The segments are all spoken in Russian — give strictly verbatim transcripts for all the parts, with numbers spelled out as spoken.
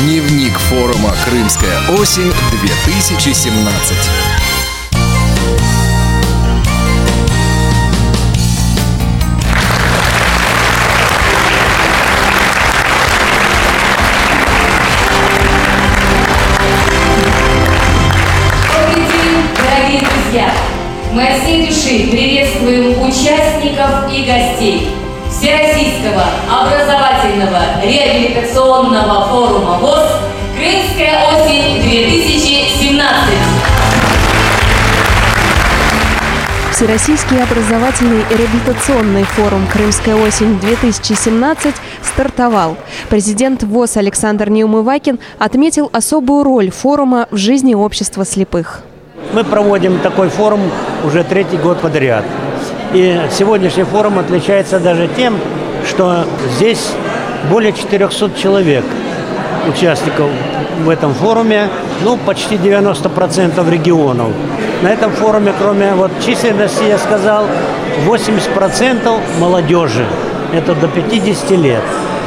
Дневник форума «Крымская осень-две тысячи семнадцать». Мы от всей души приветствуем участников и гостей Всероссийского образовательного реабилитационного форума ВОС «Крымская осень-две тысячи семнадцать». Всероссийский образовательный и реабилитационный форум «Крымская осень-две тысячи семнадцать» стартовал. Президент ВОС Александр Неумывакин отметил особую роль форума в жизни общества слепых. Мы проводим такой форум уже третий год подряд. И сегодняшний форум отличается даже тем, что здесь более четырехсот человек, участников в этом форуме, ну, почти девяносто процентов регионов. На этом форуме, кроме вот численности, я сказал, восемьдесят процентов молодежи, это до пятидесяти лет.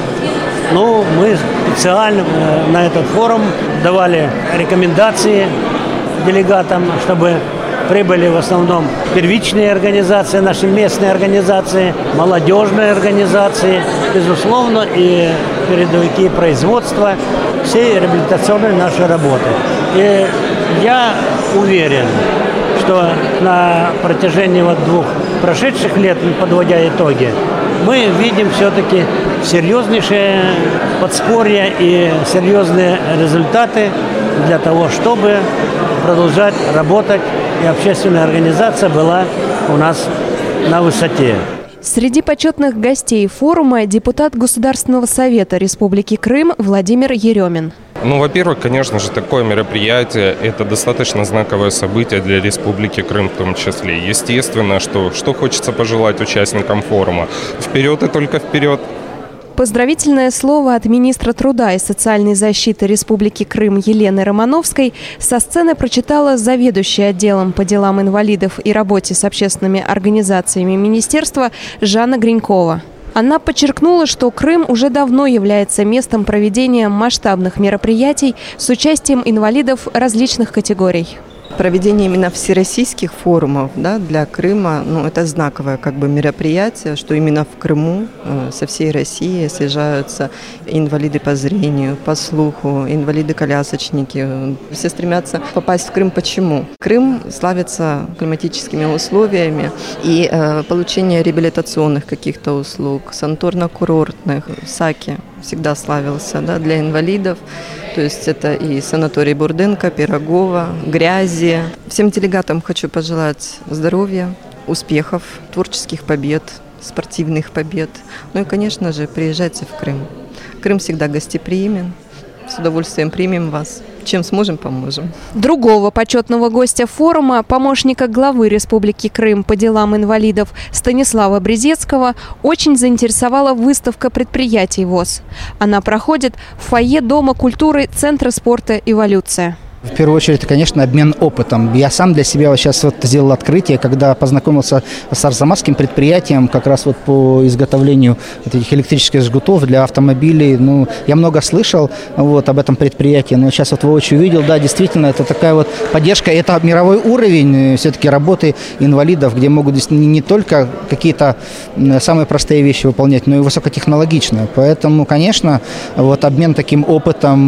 Ну, мы специально на этот форум давали рекомендации делегатам, чтобы прибыли в основном первичные организации, наши местные организации, молодежные организации, безусловно, и передовики производства всей реабилитационной нашей работы. И я уверен, что на протяжении вот двух прошедших лет, подводя итоги, мы видим все-таки серьезнейшее подспорье и серьезные результаты для того, чтобы продолжать работать, и общественная организация была у нас на высоте. Среди почетных гостей форума депутат Государственного совета Республики Крым Владимир Еремин. Ну, во-первых, конечно же, такое мероприятие – это достаточно знаковое событие для Республики Крым в том числе. Естественно, что, что хочется пожелать участникам форума. Вперед и только вперед. Поздравительное слово от министра труда и социальной защиты Республики Крым Елены Романовской со сцены прочитала заведующая отделом по делам инвалидов и работе с общественными организациями министерства Жанна Гринькова. Она подчеркнула, что Крым уже давно является местом проведения масштабных мероприятий с участием инвалидов различных категорий. Проведение именно всероссийских форумов, да, для Крыма, ну, это знаковое как бы мероприятие, что именно в Крыму э, со всей России съезжаются инвалиды по зрению, по слуху, инвалиды-колясочники. Все стремятся попасть в Крым. Почему? Крым славится климатическими условиями, и э, получение реабилитационных каких-то услуг, санаторно-курортных, САКи всегда славился, да, для инвалидов. То есть это и санаторий Бурденко, Пирогова, Грязи. Всем делегатам хочу пожелать здоровья, успехов, творческих побед, спортивных побед. Ну и, конечно же, приезжайте в Крым. Крым всегда гостеприимен. С удовольствием примем вас. Чем сможем, поможем. Другого почетного гостя форума, помощника главы Республики Крым по делам инвалидов Станислава Брезецкого, очень заинтересовала выставка предприятий ВОС. Она проходит в фойе Дома культуры Центра спорта «Эволюция». В первую очередь, конечно, обмен опытом. Я сам для себя вот сейчас вот сделал открытие, когда познакомился с арзамасским предприятием как раз вот по изготовлению вот этих электрических жгутов для автомобилей. Ну, я много слышал вот об этом предприятии, но сейчас вот воочию увидел, да, действительно, это такая вот поддержка, это мировой уровень все-таки работы инвалидов, где могут не только какие-то самые простые вещи выполнять, но и высокотехнологичные. Поэтому, конечно, вот обмен таким опытом,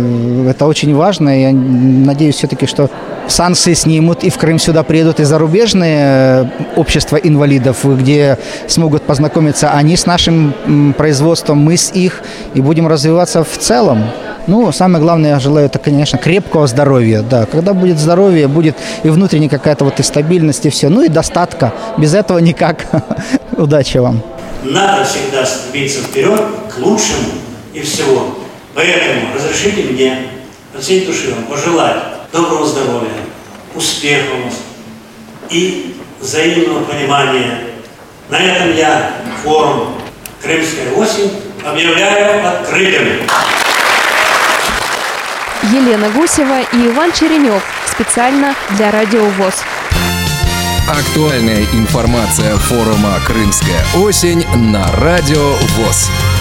это очень важно. Я надеюсь все-таки, что санкции снимут, и в Крым сюда приедут и зарубежные общества инвалидов, где смогут познакомиться они с нашим производством, мы с их, и будем развиваться в целом. Ну, самое главное, я желаю, это, конечно, крепкого здоровья. Да. Когда будет здоровье, будет и внутренняя какая-то вот и стабильность, и все. Ну и достатка. Без этого никак. Удачи вам. Надо всегда стремиться вперед, к лучшему и всего. Поэтому разрешите мне от всей души вам пожелать доброго здоровья, успехов и взаимного понимания. На этом я форум «Крымская осень» объявляю открытым. Елена Гусева и Иван Черенев специально для Радио ВОС. Актуальная информация форума «Крымская осень» на Радио ВОС.